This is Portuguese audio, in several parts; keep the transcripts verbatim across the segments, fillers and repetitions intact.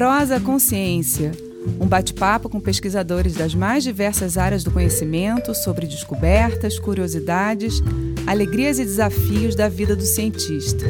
Prosa Consciência, um bate-papo com pesquisadores das mais diversas áreas do conhecimento sobre descobertas, curiosidades, alegrias e desafios da vida do cientista.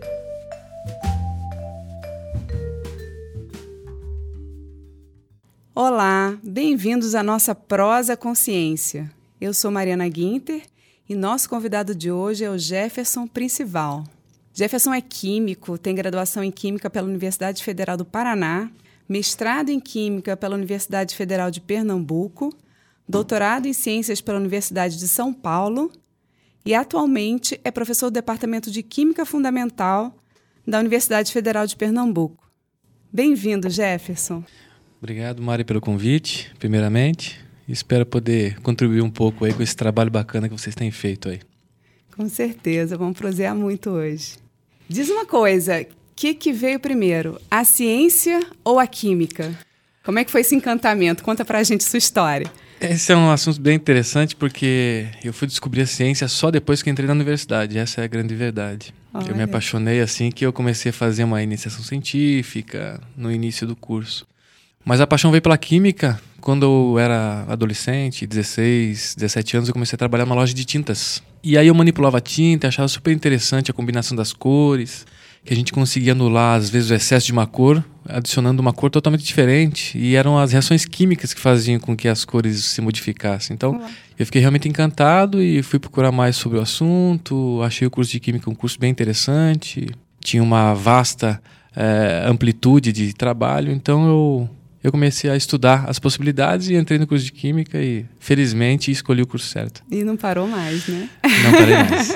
Olá, bem-vindos à nossa Prosa Consciência. Eu sou Mariana Guinter e nosso convidado de hoje é o Jefferson Principal. Jefferson é químico, tem graduação em Química pela Universidade Federal do Paraná, mestrado em Química pela Universidade Federal de Pernambuco, doutorado em Ciências pela Universidade de São Paulo e atualmente é professor do Departamento de Química Fundamental da Universidade Federal de Pernambuco. Bem-vindo, Jefferson. Obrigado, Mari, pelo convite, primeiramente. Espero poder contribuir um pouco aí com esse trabalho bacana que vocês têm feito aí. Com certeza, vamos prosear muito hoje. Diz uma coisa, o que, que veio primeiro, a ciência ou a química? Como é que foi esse encantamento? Conta pra gente sua história. Esse é um assunto bem interessante porque eu fui descobrir a ciência só depois que entrei na universidade. Essa é a grande verdade. Olha. Eu me apaixonei assim que eu comecei a fazer uma iniciação científica no início do curso. Mas a paixão veio pela química quando eu era adolescente, dezesseis, dezessete anos, eu comecei a trabalhar numa loja de tintas. E aí eu manipulava tinta, achava super interessante a combinação das cores, que a gente conseguia anular, às vezes, o excesso de uma cor, adicionando uma cor totalmente diferente. E eram as reações químicas que faziam com que as cores se modificassem. Então, Olá. eu fiquei realmente encantado e fui procurar mais sobre o assunto. Achei o curso de Química um curso bem interessante. Tinha uma vasta é, amplitude de trabalho. Então, eu... Eu comecei a estudar as possibilidades e entrei no curso de Química e, felizmente, escolhi o curso certo. E não parou mais, né? Não parei mais.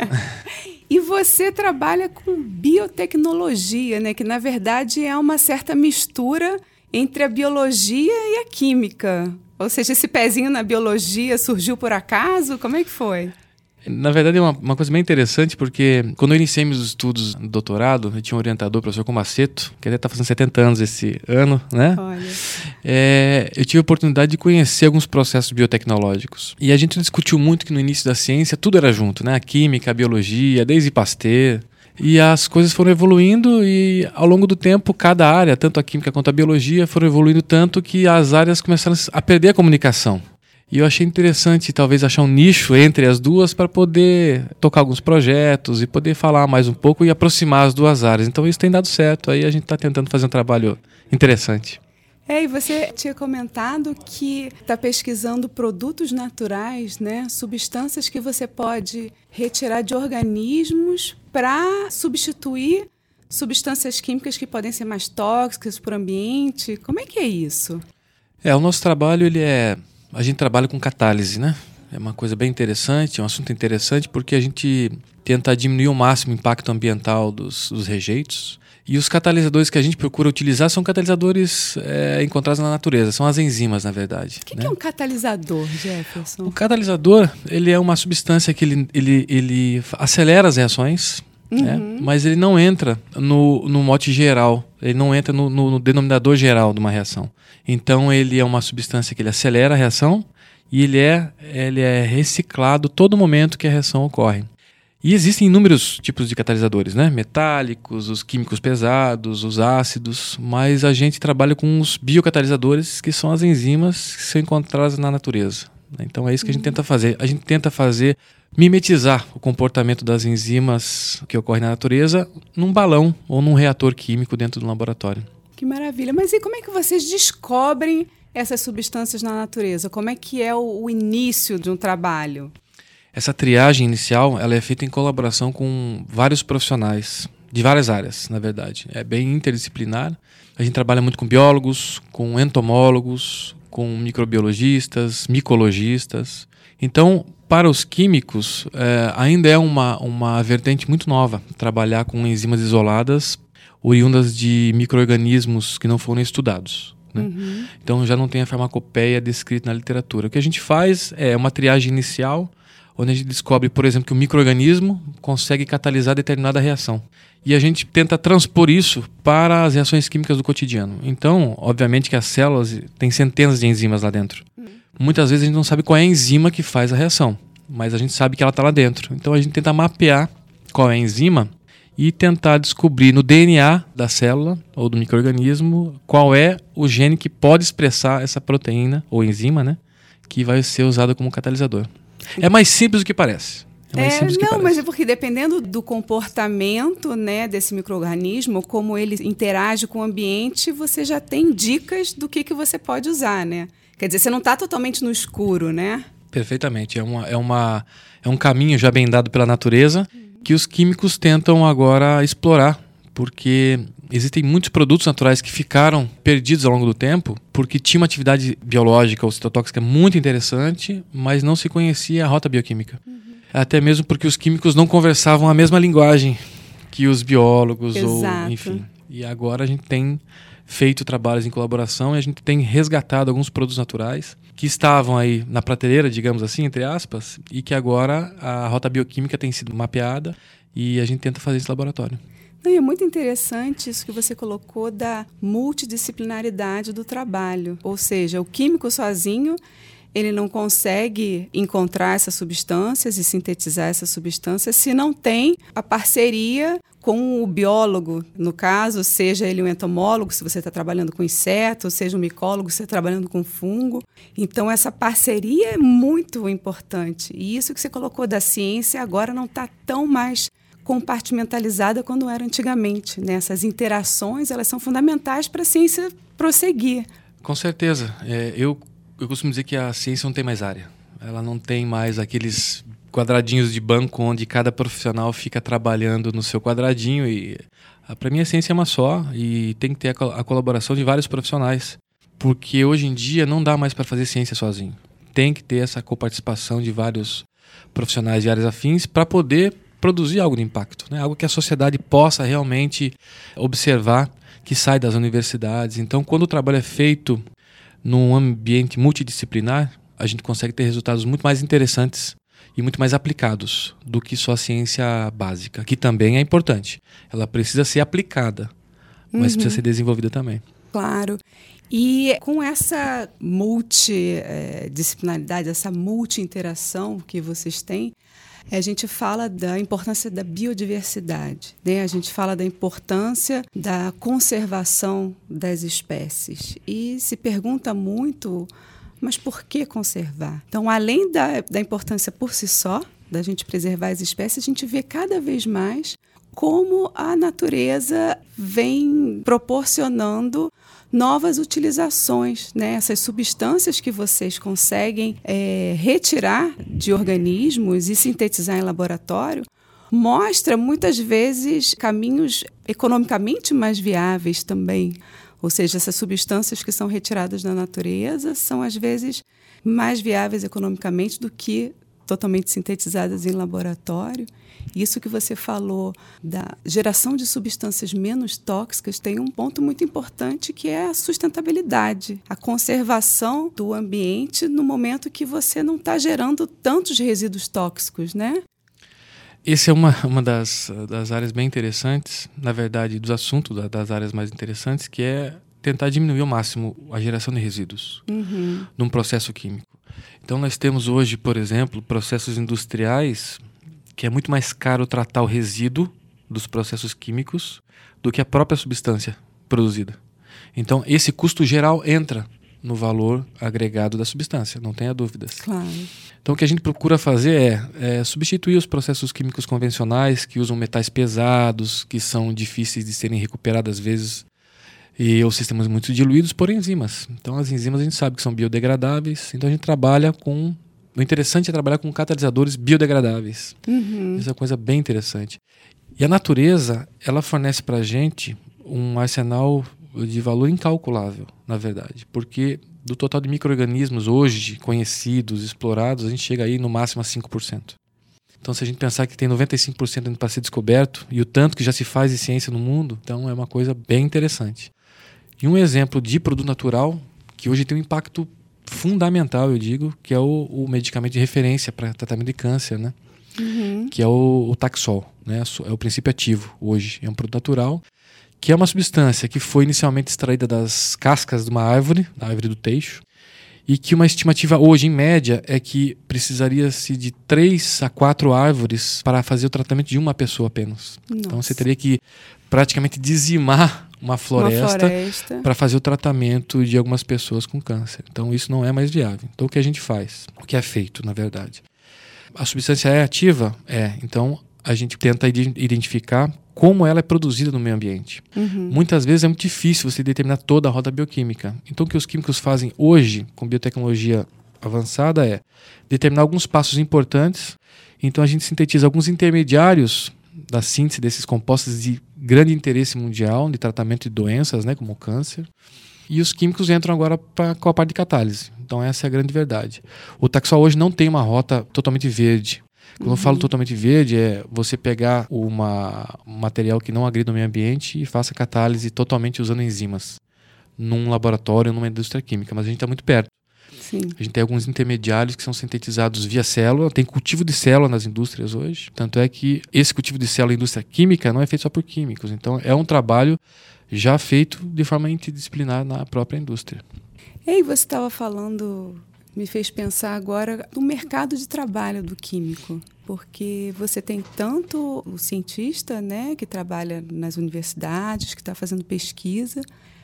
E você trabalha com biotecnologia, né? Que, na verdade, é uma certa mistura entre a biologia e a química. Ou seja, esse pezinho na biologia surgiu por acaso? Como é que foi? Na verdade, é uma, uma coisa bem interessante, porque quando eu iniciei meus estudos de doutorado, eu tinha um orientador, o professor Comaceto, que até está fazendo setenta anos esse ano, né? Olha. É, eu tive a oportunidade de conhecer alguns processos biotecnológicos. E a gente discutiu muito que no início da ciência tudo era junto, né? A química, a biologia, desde Pasteur. E as coisas foram evoluindo e, ao longo do tempo, cada área, tanto a química quanto a biologia, foram evoluindo tanto que as áreas começaram a perder a comunicação. E eu achei interessante, talvez, achar um nicho entre as duas para poder tocar alguns projetos e poder falar mais um pouco e aproximar as duas áreas. Então, isso tem dado certo. Aí a gente está tentando fazer um trabalho interessante. É, e você tinha comentado que está pesquisando produtos naturais, né? Substâncias que você pode retirar de organismos para substituir substâncias químicas que podem ser mais tóxicas para o ambiente. Como é que é isso? É, o nosso trabalho, ele é... A gente trabalha com catálise, né? É uma coisa bem interessante, é um assunto interessante porque a gente tenta diminuir ao máximo o impacto ambiental dos, dos rejeitos. E os catalisadores que a gente procura utilizar são catalisadores é, encontrados na natureza, são as enzimas, na verdade. O que, né? que é um catalisador, Jefferson? O catalisador, ele é uma substância que ele, ele, ele acelera as reações, uhum. né? Mas ele não entra no, no mote geral, ele não entra no, no, no denominador geral de uma reação. Então ele é uma substância que ele acelera a reação e ele é, ele é reciclado todo momento que a reação ocorre. E existem inúmeros tipos de catalisadores, né? Metálicos, os químicos pesados, os ácidos, mas a gente trabalha com os biocatalisadores, que são as enzimas que são encontradas na natureza. Então é isso que a gente tenta fazer. A gente tenta fazer, mimetizar o comportamento das enzimas que ocorrem na natureza num balão ou num reator químico dentro do laboratório. Que maravilha. Mas e como é que vocês descobrem essas substâncias na natureza? Como é que é o, o início de um trabalho? Essa triagem inicial, ela é feita em colaboração com vários profissionais, de várias áreas, na verdade. É bem interdisciplinar. A gente trabalha muito com biólogos, com entomólogos, com microbiologistas, micologistas. Então, para os químicos, é, ainda é uma, uma vertente muito nova trabalhar com enzimas isoladas oriundas de micro-organismos que não foram estudados. Né? Uhum. Então já não tem a farmacopeia descrita na literatura. O que a gente faz é uma triagem inicial, onde a gente descobre, por exemplo, que o micro-organismo consegue catalisar determinada reação. E a gente tenta transpor isso para as reações químicas do cotidiano. Então, obviamente que as células têm centenas de enzimas lá dentro. Uhum. Muitas vezes a gente não sabe qual é a enzima que faz a reação, mas a gente sabe que ela está lá dentro. Então a gente tenta mapear qual é a enzima e tentar descobrir no D N A da célula ou do micro-organismo qual é o gene que pode expressar essa proteína ou enzima, né, que vai ser usada como catalisador. É mais simples do que parece. É mais é, simples do que não, parece. mas é porque dependendo do comportamento, né, desse micro-organismo, como ele interage com o ambiente, você já tem dicas do que, que você pode usar, né? Quer dizer, você não está totalmente no escuro, né? Perfeitamente. É, uma, é, uma, é um caminho já bem dado pela natureza que os químicos tentam agora explorar, porque existem muitos produtos naturais que ficaram perdidos ao longo do tempo porque tinha uma atividade biológica ou citotóxica muito interessante, mas não se conhecia a rota bioquímica. Uhum. Até mesmo porque os químicos não conversavam a mesma linguagem que os biólogos. Exato. Ou, enfim. E agora a gente tem feito trabalhos em colaboração e a gente tem resgatado alguns produtos naturais que estavam aí na prateleira, digamos assim, entre aspas, e que agora a rota bioquímica tem sido mapeada e a gente tenta fazer esse laboratório. E é muito interessante isso que você colocou da multidisciplinaridade do trabalho. Ou seja, o químico sozinho, ele não consegue encontrar essas substâncias e sintetizar essas substâncias se não tem a parceria com o biólogo, no caso, seja ele um entomólogo, se você está trabalhando com inseto, seja um micólogo, se você está trabalhando com fungo. Então, essa parceria é muito importante. E isso que você colocou da ciência agora não está tão mais compartimentalizada quando era antigamente, né? Essas interações, elas são fundamentais para a ciência prosseguir. Com certeza. É, eu, eu costumo dizer que a ciência não tem mais área. Ela não tem mais aqueles quadradinhos de banco onde cada profissional fica trabalhando no seu quadradinho. E para mim a ciência é uma só e tem que ter a, a colaboração de vários profissionais, porque hoje em dia não dá mais para fazer ciência sozinho. Tem que ter essa coparticipação de vários profissionais de áreas afins para poder produzir algo de impacto, né? Algo que a sociedade possa realmente observar, que sai das universidades. Então, quando o trabalho é feito num ambiente multidisciplinar, a gente consegue ter resultados muito mais interessantes e muito mais aplicados do que só a ciência básica, que também é importante. Ela precisa ser aplicada, mas uhum. precisa ser desenvolvida também. Claro. E com essa multidisciplinaridade, essa multi-interação que vocês têm, a gente fala da importância da biodiversidade, né? A gente fala da importância da conservação das espécies. E se pergunta muito, mas por que conservar? Então, além da, da importância por si só, da gente preservar as espécies, a gente vê cada vez mais como a natureza vem proporcionando novas utilizações, né? Essas substâncias que vocês conseguem é, retirar de organismos e sintetizar em laboratório mostra muitas vezes caminhos economicamente mais viáveis também. Ou seja, essas substâncias que são retiradas da natureza são às vezes mais viáveis economicamente do que totalmente sintetizadas em laboratório. Isso que você falou da geração de substâncias menos tóxicas tem um ponto muito importante, que é a sustentabilidade, a conservação do ambiente no momento que você não está gerando tantos resíduos tóxicos, né? Essa é uma, uma das, das áreas bem interessantes, na verdade, dos assuntos da, das áreas mais interessantes, que é tentar diminuir ao máximo a geração de resíduos uhum. num processo químico. Então, nós temos hoje, por exemplo, processos industriais que é muito mais caro tratar o resíduo dos processos químicos do que a própria substância produzida. Então, esse custo geral entra no valor agregado da substância, não tenha dúvidas. Claro. Então, o que a gente procura fazer é, é substituir os processos químicos convencionais que usam metais pesados, que são difíceis de serem recuperados às vezes, e os sistemas muito diluídos por enzimas. Então, as enzimas a gente sabe que são biodegradáveis, então a gente trabalha com... O interessante é trabalhar com catalisadores biodegradáveis. Uhum. Isso é uma coisa bem interessante. E a natureza, ela fornece para a gente um arsenal de valor incalculável, na verdade. Porque do total de micro-organismos hoje conhecidos, explorados, a gente chega aí no máximo a cinco por cento. Então, se a gente pensar que tem noventa e cinco por cento para ser descoberto e o tanto que já se faz de ciência no mundo, então é uma coisa bem interessante. E um exemplo de produto natural que hoje tem um impacto fundamental, eu digo, que é o, o medicamento de referência para tratamento de câncer, né? Uhum. Que é o, o Taxol, né? É o princípio ativo hoje. É um produto natural, que é uma substância que foi inicialmente extraída das cascas de uma árvore, da árvore do teixo, e que uma estimativa hoje, em média, é que precisaria-se de três a quatro árvores para fazer o tratamento de uma pessoa apenas. Nossa. Então você teria que praticamente dizimar uma floresta, floresta. para fazer o tratamento de algumas pessoas com câncer. Então isso não é mais viável. Então o que a gente faz? O que é feito, na verdade? A substância é ativa? É. Então a gente tenta identificar como ela é produzida no meio ambiente. Uhum. Muitas vezes é muito difícil você determinar toda a roda bioquímica. Então o que os químicos fazem hoje com biotecnologia avançada é determinar alguns passos importantes. Então a gente sintetiza alguns intermediários da síntese desses compostos de grande interesse mundial de tratamento de doenças, né, como o câncer. E os químicos entram agora pra, com a parte de catálise. Então essa é a grande verdade. O Taxol hoje não tem uma rota totalmente verde. Quando uhum. eu falo totalmente verde, é você pegar uma, um material que não agrida o meio ambiente e faça catálise totalmente usando enzimas num laboratório, numa indústria química. Mas a gente está muito perto. Sim. A gente tem alguns intermediários que são sintetizados via célula. Tem cultivo de célula nas indústrias hoje. Tanto é que esse cultivo de célula em indústria química não é feito só por químicos. Então é um trabalho já feito de forma interdisciplinar na própria indústria. Ei, você estava falando... me fez pensar agora no mercado de trabalho do químico, porque você tem tanto o cientista, né, que trabalha nas universidades, que está fazendo pesquisa,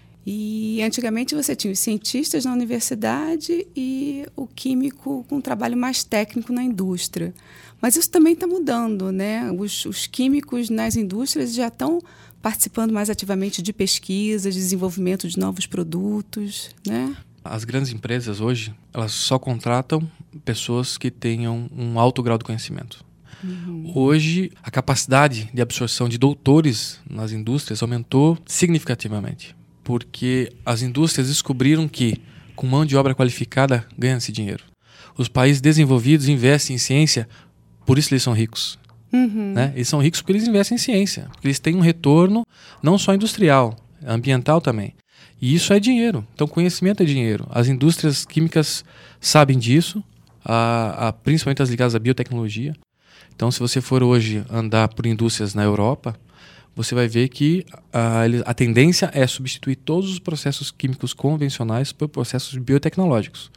e antigamente você tinha os cientistas na universidade e o químico com um trabalho mais técnico na indústria. Mas isso também está mudando, né? Os, os químicos nas indústrias já estão participando mais ativamente de pesquisa, de desenvolvimento de novos produtos, né? As grandes empresas hoje, elas só contratam pessoas que tenham um alto grau de conhecimento. Uhum. Hoje, a capacidade de absorção de doutores nas indústrias aumentou significativamente, porque as indústrias descobriram que, com mão de obra qualificada, ganha-se dinheiro. Os países desenvolvidos investem em ciência, por isso eles são ricos. Uhum. Né? Eles são ricos porque eles investem em ciência, porque eles têm um retorno não só industrial, ambiental também. E isso é dinheiro. Então, conhecimento é dinheiro. As indústrias químicas sabem disso, a, a, principalmente as ligadas à biotecnologia. Então, se você for hoje andar por indústrias na Europa, você vai ver que a, a tendência é substituir todos os processos químicos convencionais por processos biotecnológicos.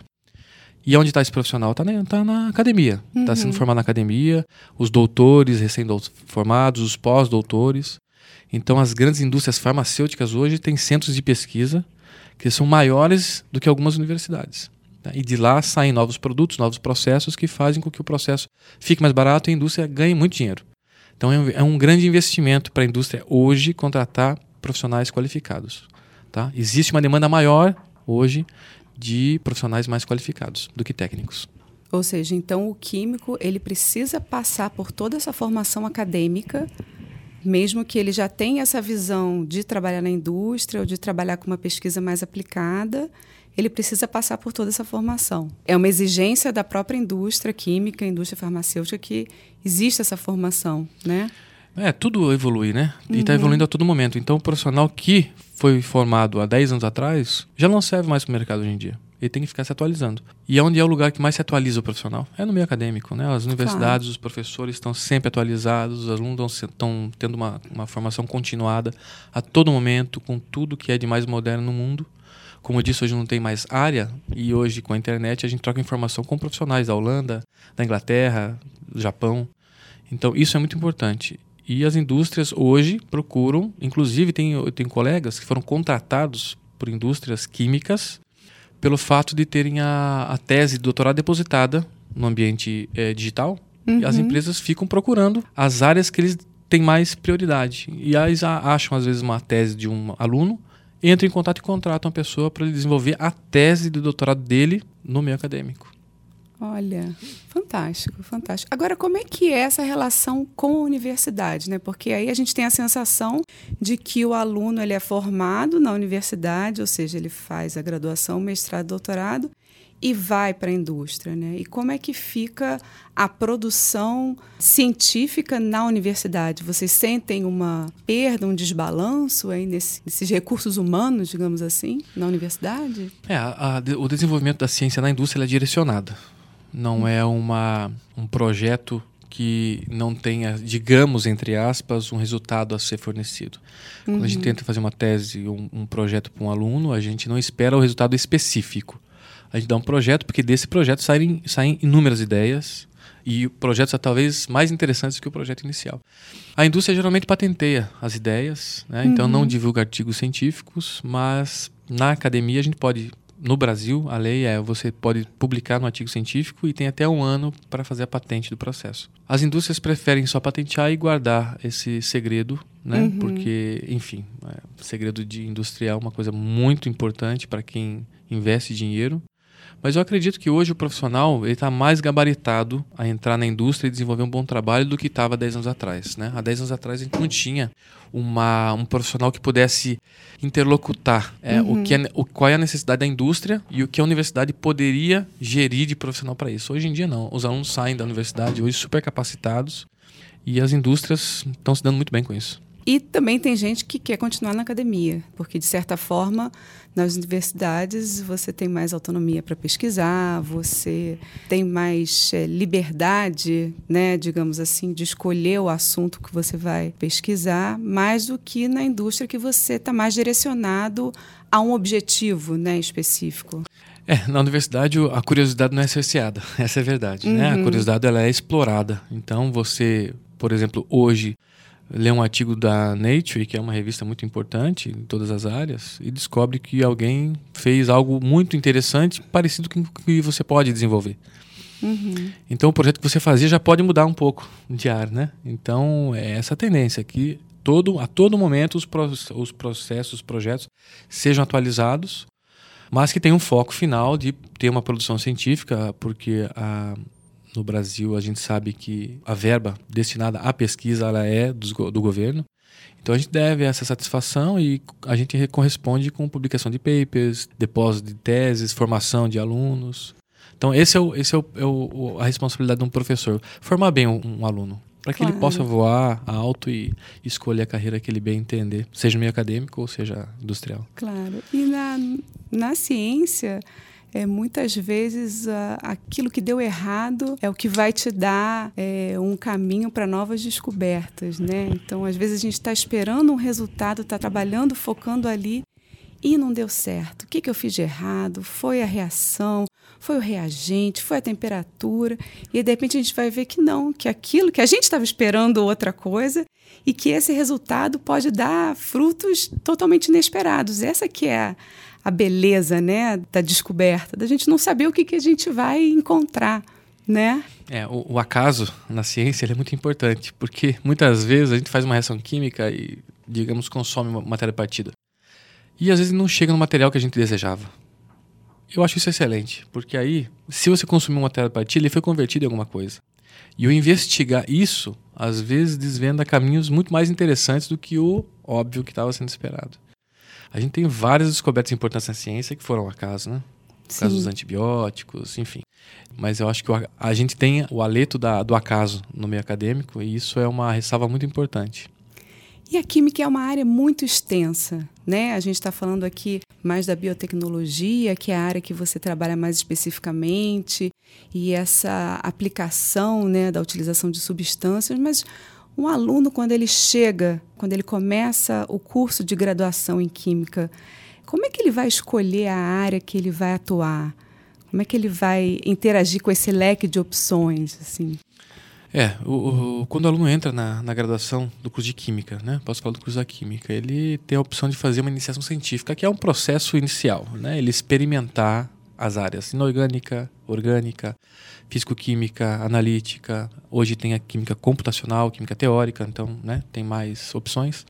E onde está esse profissional? Está na, tá na academia. Está uhum. sendo formado na academia, os doutores recém-formados, os pós-doutores. Então, as grandes indústrias farmacêuticas hoje têm centros de pesquisa que são maiores do que algumas universidades. Né? E de lá saem novos produtos, novos processos que fazem com que o processo fique mais barato e a indústria ganhe muito dinheiro. Então, é um, é um grande investimento para a indústria hoje contratar profissionais qualificados. Tá? Existe uma demanda maior hoje de profissionais mais qualificados do que técnicos. Ou seja, então o químico ele precisa passar por toda essa formação acadêmica, mesmo que ele já tenha essa visão de trabalhar na indústria ou de trabalhar com uma pesquisa mais aplicada, ele precisa passar por toda essa formação. É uma exigência da própria indústria química, indústria farmacêutica, que existe essa formação, né? É, tudo evolui, né? E está uhum. evoluindo a todo momento. Então, o profissional que foi formado há dez anos atrás já não serve mais para o mercado hoje em dia. Ele tem que ficar se atualizando. E onde é o lugar que mais se atualiza o profissional? É no meio acadêmico, né? As universidades, claro. Os professores estão sempre atualizados, os alunos estão tendo uma, uma formação continuada a todo momento, com tudo que é de mais moderno no mundo. Como eu disse, hoje não tem mais área, e hoje com a internet a gente troca informação com profissionais da Holanda, da Inglaterra, do Japão. Então isso é muito importante. E as indústrias hoje procuram, inclusive tem, eu tenho colegas que foram contratados por indústrias químicas pelo fato de terem a, a tese de doutorado depositada no ambiente é, digital. Uhum. E as empresas ficam procurando as áreas que eles têm mais prioridade. E eles acham, às vezes, uma tese de um aluno, entram em contato e contratam a pessoa para ele desenvolver a tese de doutorado dele no meio acadêmico. Olha, fantástico, fantástico. Agora, como é que é essa relação com a universidade, né? Porque aí a gente tem a sensação de que o aluno ele é formado na universidade, ou seja, ele faz a graduação, mestrado, doutorado e vai para a indústria, né? E como é que fica a produção científica na universidade? Vocês sentem uma perda, um desbalanço aí nesse, nesses recursos humanos, digamos assim, na universidade? É, a, a, o desenvolvimento da ciência na indústria é direcionada. Não é uma, um projeto que não tenha, digamos, entre aspas, um resultado a ser fornecido. Uhum. Quando a gente tenta fazer uma tese, um, um projeto para um aluno, a gente não espera o resultado específico. A gente dá um projeto, porque desse projeto saem, saem inúmeras ideias e projetos talvez mais interessantes que o projeto inicial. A indústria geralmente patenteia as ideias, né? Então uhum. não divulga artigos científicos, mas na academia a gente pode... No Brasil, a lei é você pode publicar no artigo científico e tem até um ano para fazer a patente do processo. As indústrias preferem só patentear e guardar esse segredo, né? Uhum. Porque, enfim, é, segredo de industrial é uma coisa muito importante para quem investe dinheiro. Mas eu acredito que hoje o profissional está mais gabaritado a entrar na indústria e desenvolver um bom trabalho do que estava há dez anos atrás, né? Há dez anos atrás a gente não tinha uma, um profissional que pudesse interlocutar é, uhum. o que é, o, qual é a necessidade da indústria e o que a universidade poderia gerir de profissional para isso. Hoje em dia não. Os alunos saem da universidade hoje super capacitados e as indústrias estão se dando muito bem com isso. E também tem gente que quer continuar na academia, porque, de certa forma, nas universidades você tem mais autonomia para pesquisar, você tem mais é, liberdade, né, digamos assim, de escolher o assunto que você vai pesquisar, mais do que na indústria que você está mais direcionado a um objetivo, né, específico. É, na universidade a curiosidade não é cerceada, essa é a verdade, uhum. né? A curiosidade ela é explorada. Então você, por exemplo, hoje... lê um artigo da Nature, que é uma revista muito importante em todas as áreas, e descobre que alguém fez algo muito interessante, parecido com o que você pode desenvolver. Uhum. Então, o projeto que você fazia já pode mudar um pouco de ar, né? Então, é essa a tendência, que todo, a todo momento os, pro, os processos, os projetos sejam atualizados, mas que tenham um foco final de ter uma produção científica, porque a... no Brasil, a gente sabe que a verba destinada à pesquisa ela é do, do governo. Então, a gente deve essa satisfação e a gente corresponde com publicação de papers, depósito de teses, formação de alunos. Então, esse é, o, esse é, o, é o, a responsabilidade de um professor. Formar bem um, um aluno, para que claro. ele possa voar alto e escolher a carreira que ele bem entender, seja meio acadêmico ou seja industrial. Claro. E na, na ciência... É, muitas vezes uh, aquilo que deu errado é o que vai te dar é, um caminho para novas descobertas, né? Então, às vezes a gente está esperando um resultado, está trabalhando, focando ali e não deu certo. O que, que eu fiz de errado? Foi a reação, foi o reagente, foi a temperatura. E de repente a gente vai ver que não, que aquilo que a gente estava esperando outra coisa e que esse resultado pode dar frutos totalmente inesperados. Essa que é a a beleza, né, da descoberta, da gente não saber o que, que a gente vai encontrar, né? É, o, o acaso na ciência ele é muito importante, porque muitas vezes a gente faz uma reação química e, digamos, consome uma matéria partida. E às vezes não chega no material que a gente desejava. Eu acho isso excelente, porque aí, se você consumiu uma matéria partida, ele foi convertido em alguma coisa. E eu investigar isso, às vezes, desvenda caminhos muito mais interessantes do que o óbvio que estava sendo esperado. A gente tem várias descobertas importantes na ciência que foram ao acaso, né? No caso dos antibióticos, enfim. Mas eu acho que o, a gente tem o haleto da, do acaso no meio acadêmico e isso é uma ressalva muito importante. E a química é uma área muito extensa, né? A gente está falando aqui mais da biotecnologia, que é a área que você trabalha mais especificamente, e essa aplicação, né, da utilização de substâncias, mas... um aluno, quando ele chega, quando ele começa o curso de graduação em Química, como é que ele vai escolher a área que ele vai atuar? Como é que ele vai interagir com esse leque de opções? Assim? É, o, o, quando o aluno entra na, na graduação do curso de Química, né? Posso falar do curso da Química, ele tem a opção de fazer uma iniciação científica, que é um processo inicial, né? Ele experimentar as áreas inorgânica, orgânica, físico-química, analítica. Hoje tem a química computacional, química teórica, então, né, tem mais opções.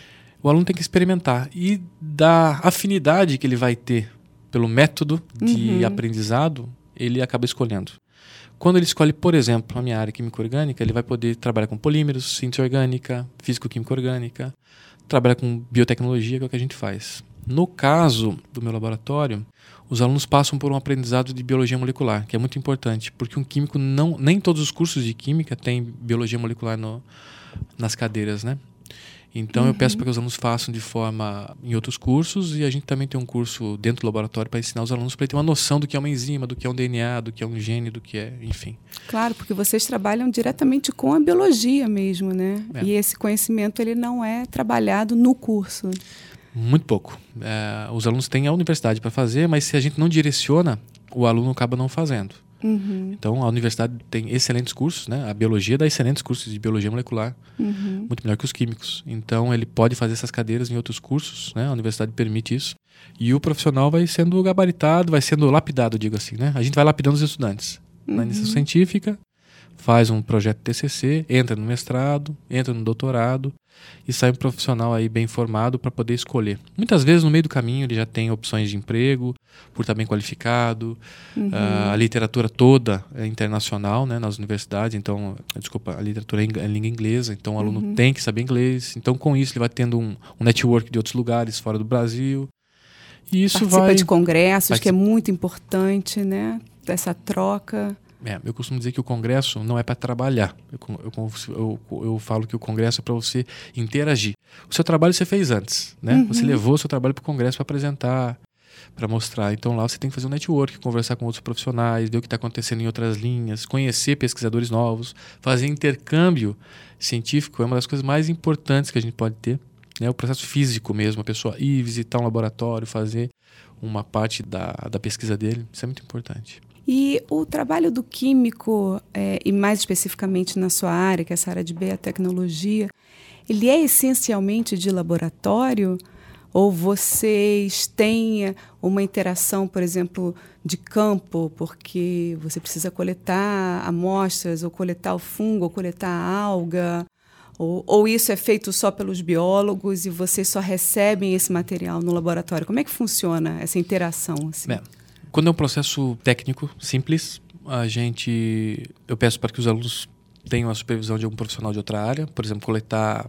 O aluno tem que experimentar e da afinidade que ele vai ter pelo método de uhum. aprendizado, ele acaba escolhendo. Quando ele escolhe, por exemplo, a minha área química orgânica, ele vai poder trabalhar com polímeros, síntese orgânica, físico-química orgânica, trabalhar com biotecnologia, que é o que a gente faz. No caso do meu laboratório, os alunos passam por um aprendizado de biologia molecular, que é muito importante, porque um químico não, nem todos os cursos de química têm biologia molecular no, nas cadeiras, né? Então, uhum. eu peço para que os alunos façam de forma em outros cursos e a gente também tem um curso dentro do laboratório para ensinar os alunos para ter uma noção do que é uma enzima, do que é um D N A, do que é um gene, do que é, enfim. Claro, porque vocês trabalham diretamente com a biologia mesmo, né? É. E esse conhecimento ele não é trabalhado no curso. Muito pouco. É, os alunos têm a universidade para fazer, mas se a gente não direciona o aluno acaba não fazendo. Uhum. Então, a universidade tem excelentes cursos, né? A biologia dá excelentes cursos de biologia molecular, uhum. muito melhor que os químicos. Então, ele pode fazer essas cadeiras em outros cursos, né? A universidade permite isso. E o profissional vai sendo gabaritado, vai sendo lapidado, digo assim, né? A gente vai lapidando os estudantes. Uhum. Na iniciação científica, faz um projeto T C C, entra no mestrado, entra no doutorado e sai um profissional aí bem formado para poder escolher. Muitas vezes, no meio do caminho, ele já tem opções de emprego, por estar bem qualificado. Uhum. Uh, a literatura toda é internacional, né, nas universidades. Então, desculpa, a literatura é em língua inglesa, então o aluno uhum. tem que saber inglês. Então, com isso, ele vai tendo um, um network de outros lugares fora do Brasil. E isso Participa vai... de congressos, Participa... que é muito importante, né? Dessa troca... É, eu costumo dizer que o congresso não é para trabalhar. Eu, eu, eu, eu falo que o congresso é para você interagir. O seu trabalho você fez antes, né? Uhum. Você levou o seu trabalho para o congresso para apresentar, para mostrar. Então lá você tem que fazer um network, conversar com outros profissionais, ver o que está acontecendo em outras linhas, conhecer pesquisadores novos, fazer intercâmbio científico é uma das coisas mais importantes que a gente pode ter. Né? O processo físico mesmo, a pessoa ir visitar um laboratório, fazer uma parte da, da pesquisa dele, isso é muito importante. E o trabalho do químico, é, e mais especificamente na sua área, que é essa área de biotecnologia, ele é essencialmente de laboratório? Ou vocês têm uma interação, por exemplo, de campo, porque você precisa coletar amostras, ou coletar o fungo, ou coletar a alga? Ou, ou isso é feito só pelos biólogos e vocês só recebem esse material no laboratório? Como é que funciona essa interação? Assim? Bem, quando é um processo técnico, simples, a gente, eu peço para que os alunos tenham a supervisão de algum profissional de outra área, por exemplo, coletar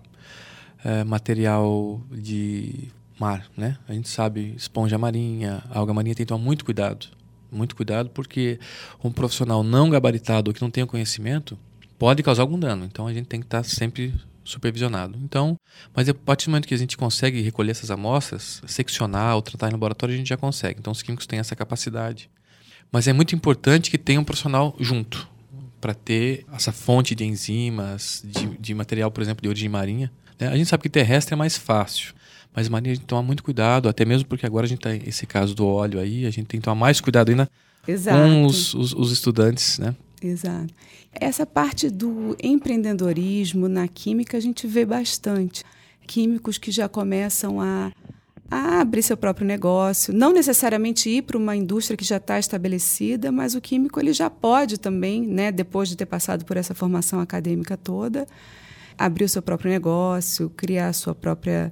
é, material de mar, né? A gente sabe, esponja marinha, alga marinha, tem que tomar muito cuidado, muito cuidado, porque um profissional não gabaritado ou que não tenha conhecimento pode causar algum dano, então a gente tem que estar sempre supervisionado. Então, mas a partir do momento que a gente consegue recolher essas amostras, seccionar ou tratar em laboratório, a gente já consegue. Então, os químicos têm essa capacidade. Mas é muito importante que tenha um profissional junto para ter essa fonte de enzimas, de, de material, por exemplo, de origem marinha. Né? A gente sabe que terrestre é mais fácil, mas marinha a gente toma muito cuidado, até mesmo porque agora a gente tem esse caso do óleo aí, a gente tem que tomar mais cuidado ainda Exato. com os, os, os estudantes, né? Exato. Essa parte do empreendedorismo na química a gente vê bastante. Químicos que já começam a, a abrir seu próprio negócio, não necessariamente ir para uma indústria que já está estabelecida, mas o químico ele já pode também, né, depois de ter passado por essa formação acadêmica toda, abrir o seu próprio negócio, criar a sua própria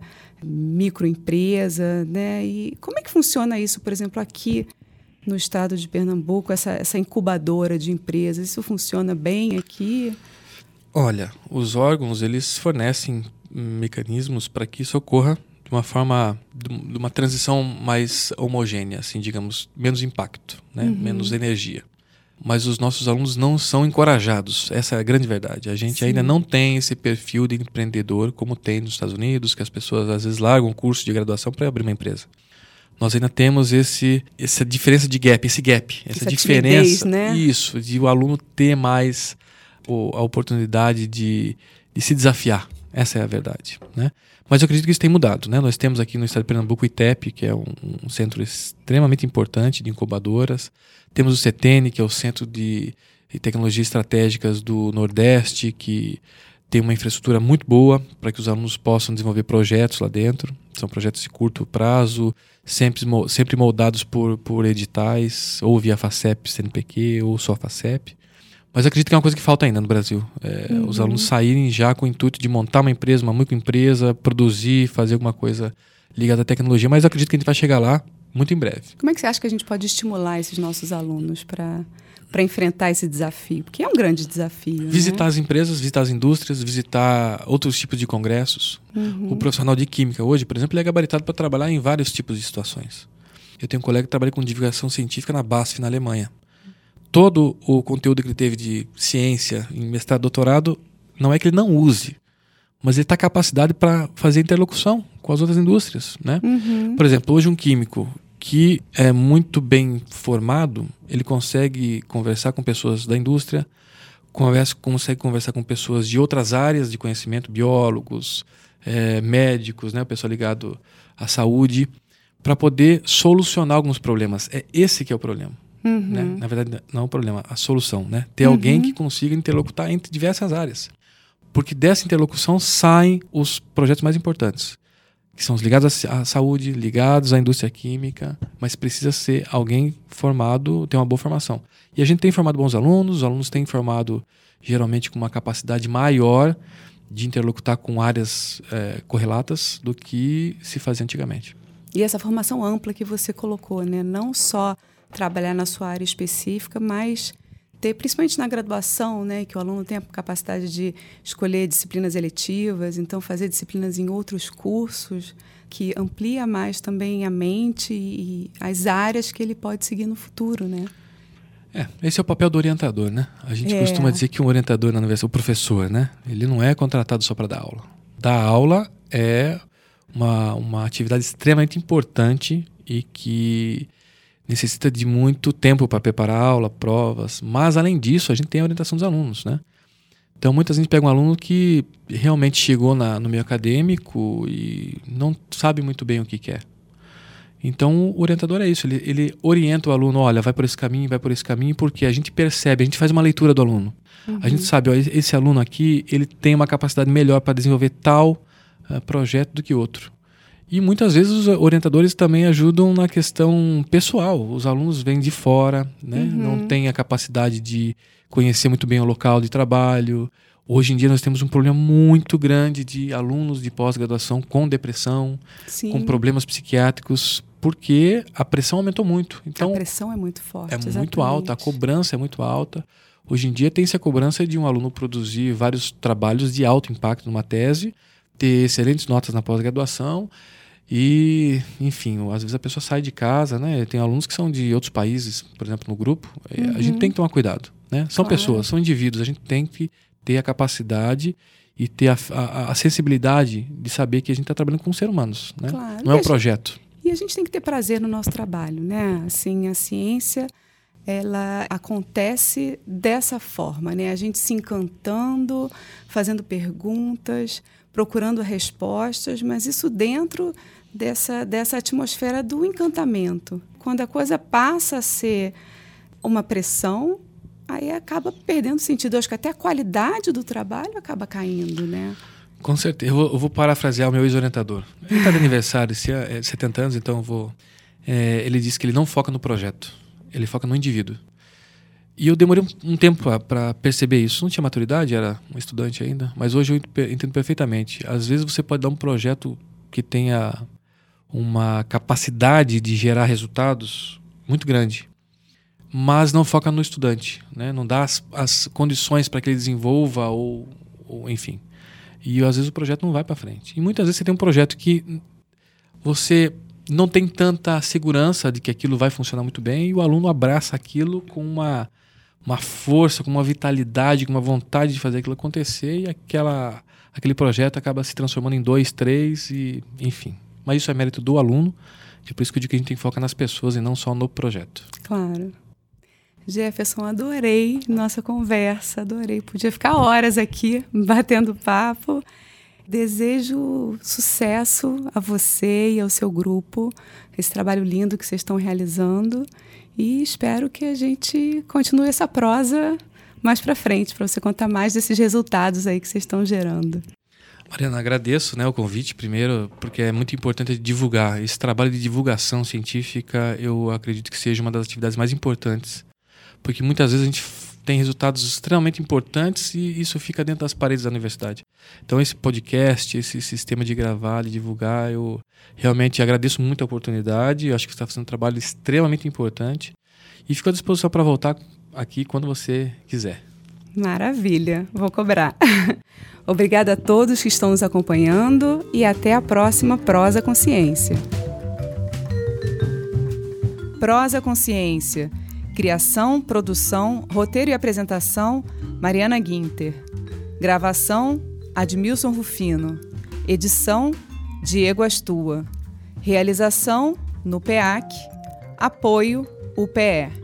microempresa, né? E como é que funciona isso, por exemplo, aqui no estado de Pernambuco, essa, essa incubadora de empresas? Isso funciona bem aqui? Olha, os órgãos, eles fornecem mecanismos para que isso ocorra de uma forma, de uma transição mais homogênea, assim, digamos, menos impacto, né? Uhum. Menos energia. Mas os nossos alunos não são encorajados, essa é a grande verdade. A gente Sim. ainda não tem esse perfil de empreendedor como tem nos Estados Unidos, que as pessoas às vezes largam um curso de graduação para abrir uma empresa. Nós ainda temos esse, essa diferença de gap, esse gap, essa, essa diferença, timidez, né? Isso, de o aluno ter mais o, a oportunidade de, de se desafiar. Essa é a verdade, né? Mas eu acredito que isso tem mudado, né? Nós temos aqui no estado de Pernambuco o I T E P, que é um, um centro extremamente importante de incubadoras. Temos o CETENI, que é o Centro de, de Tecnologias Estratégicas do Nordeste, que tem uma infraestrutura muito boa para que os alunos possam desenvolver projetos lá dentro. São projetos de curto prazo, sempre, sempre moldados por, por editais, ou via FACEP, C N P Q, ou só FACEP. Mas eu acredito que é uma coisa que falta ainda no Brasil. É, uhum. Os alunos saírem já com o intuito de montar uma empresa, uma microempresa, produzir, fazer alguma coisa ligada à tecnologia. Mas eu acredito que a gente vai chegar lá muito em breve. Como é que você acha que a gente pode estimular esses nossos alunos para... para enfrentar esse desafio? Porque é um grande desafio. Visitar, né? As empresas, visitar as indústrias, visitar outros tipos de congressos. Uhum. O profissional de química hoje, por exemplo, ele é gabaritado para trabalhar em vários tipos de situações. Eu tenho um colega que trabalha com divulgação científica na B A S F, na Alemanha. Todo o conteúdo que ele teve de ciência em mestrado, doutorado, não é que ele não use, mas ele está capacitado para fazer interlocução com as outras indústrias, né? Uhum. Por exemplo, hoje um químico que é muito bem formado, ele consegue conversar com pessoas da indústria, conversa, consegue conversar com pessoas de outras áreas de conhecimento, biólogos, é, médicos, né, o pessoal ligado à saúde, para poder solucionar alguns problemas. É esse que é o problema. Uhum. Né? Na verdade, não é o problema, a solução. Né? Ter Uhum. alguém que consiga interlocutar entre diversas áreas. Porque dessa interlocução saem os projetos mais importantes, que são os ligados à saúde, ligados à indústria química, mas precisa ser alguém formado, ter uma boa formação. E a gente tem formado bons alunos, os alunos têm formado geralmente com uma capacidade maior de interlocutar com áreas é, correlatas do que se fazia antigamente. E essa formação ampla que você colocou, né? Não só trabalhar na sua área específica, mas ter, principalmente na graduação, né? Que o aluno tem a capacidade de escolher disciplinas eletivas, então fazer disciplinas em outros cursos, que amplia mais também a mente e as áreas que ele pode seguir no futuro, né? É, esse é o papel do orientador, né? A gente é. costuma dizer que um orientador na universidade, o professor, né? Ele não é contratado só para dar aula. Dar aula é uma, uma atividade extremamente importante e que necessita de muito tempo para preparar a aula, provas. Mas, além disso, a gente tem a orientação dos alunos, né? Então, muitas vezes a gente pega um aluno que realmente chegou na, no meio acadêmico e não sabe muito bem o que quer. Então, o orientador é isso, ele, ele orienta o aluno, olha, vai por esse caminho, vai por esse caminho, porque a gente percebe, a gente faz uma leitura do aluno. Uhum. A gente sabe, ó, esse aluno aqui, ele tem uma capacidade melhor para desenvolver tal uh, projeto do que outro. E muitas vezes os orientadores também ajudam na questão pessoal. Os alunos vêm de fora, né? Uhum. Não têm a capacidade de conhecer muito bem o local de trabalho. Hoje em dia nós temos um problema muito grande de alunos de pós-graduação com depressão, Sim. com problemas psiquiátricos, porque a pressão aumentou muito. Então, a pressão é muito forte. É exatamente. muito alta, a cobrança é muito alta. Hoje em dia tem-se a cobrança de um aluno produzir vários trabalhos de alto impacto numa tese, ter excelentes notas na pós-graduação e, enfim, às vezes a pessoa sai de casa, né? Tem alunos que são de outros países, por exemplo, no grupo. Uhum. A gente tem que tomar cuidado, né? São claro. pessoas, são indivíduos, a gente tem que ter a capacidade e ter a, a, a sensibilidade de saber que a gente está trabalhando com seres humanos, né? Claro. Não é um projeto. E a gente tem que ter prazer no nosso trabalho, né? Assim, a ciência, ela acontece dessa forma, né? A gente se encantando, fazendo perguntas, procurando respostas, mas isso dentro dessa, dessa atmosfera do encantamento. Quando a coisa passa a ser uma pressão, aí acaba perdendo sentido. Eu acho que até a qualidade do trabalho acaba caindo, né? Com certeza. Eu vou, eu vou parafrasear o meu ex-orientador. Ele está de aniversário, esse é setenta anos, então eu vou... É, ele disse que ele não foca no projeto, ele foca no indivíduo. E eu demorei um, um tempo para perceber isso. Não tinha maturidade, era um estudante ainda, mas hoje eu entendo perfeitamente. Às vezes você pode dar um projeto que tenha uma capacidade de gerar resultados muito grande, mas não foca no estudante, né? Não dá as, as condições para que ele desenvolva ou, ou enfim. E às vezes o projeto não vai para frente. E muitas vezes você tem um projeto que você não tem tanta segurança de que aquilo vai funcionar muito bem e o aluno abraça aquilo com uma, uma força, com uma vitalidade, com uma vontade de fazer aquilo acontecer e aquela, aquele projeto acaba se transformando em dois, três e enfim. Mas isso é mérito do aluno, e por isso que eu digo que a gente tem que focar nas pessoas e não só no projeto. Claro. Jefferson, adorei nossa conversa, adorei. Podia ficar horas aqui batendo papo. Desejo sucesso a você e ao seu grupo, esse trabalho lindo que vocês estão realizando, e espero que a gente continue essa prosa mais para frente, para você contar mais desses resultados aí que vocês estão gerando. Mariana, agradeço, né, o convite primeiro, porque é muito importante divulgar. Esse trabalho de divulgação científica, eu acredito que seja uma das atividades mais importantes, porque muitas vezes a gente tem resultados extremamente importantes e isso fica dentro das paredes da universidade. Então esse podcast, esse sistema de gravar, de divulgar, eu realmente agradeço muito a oportunidade, eu acho que você está fazendo um trabalho extremamente importante e fico à disposição para voltar aqui quando você quiser. Maravilha, vou cobrar. Obrigada a todos que estão nos acompanhando e até a próxima Prosa Consciência. Prosa Consciência. Criação, produção, roteiro e apresentação, Mariana Guinter. Gravação, Admilson Rufino. Edição, Diego Astua. Realização, no P E A C. Apoio, U P E.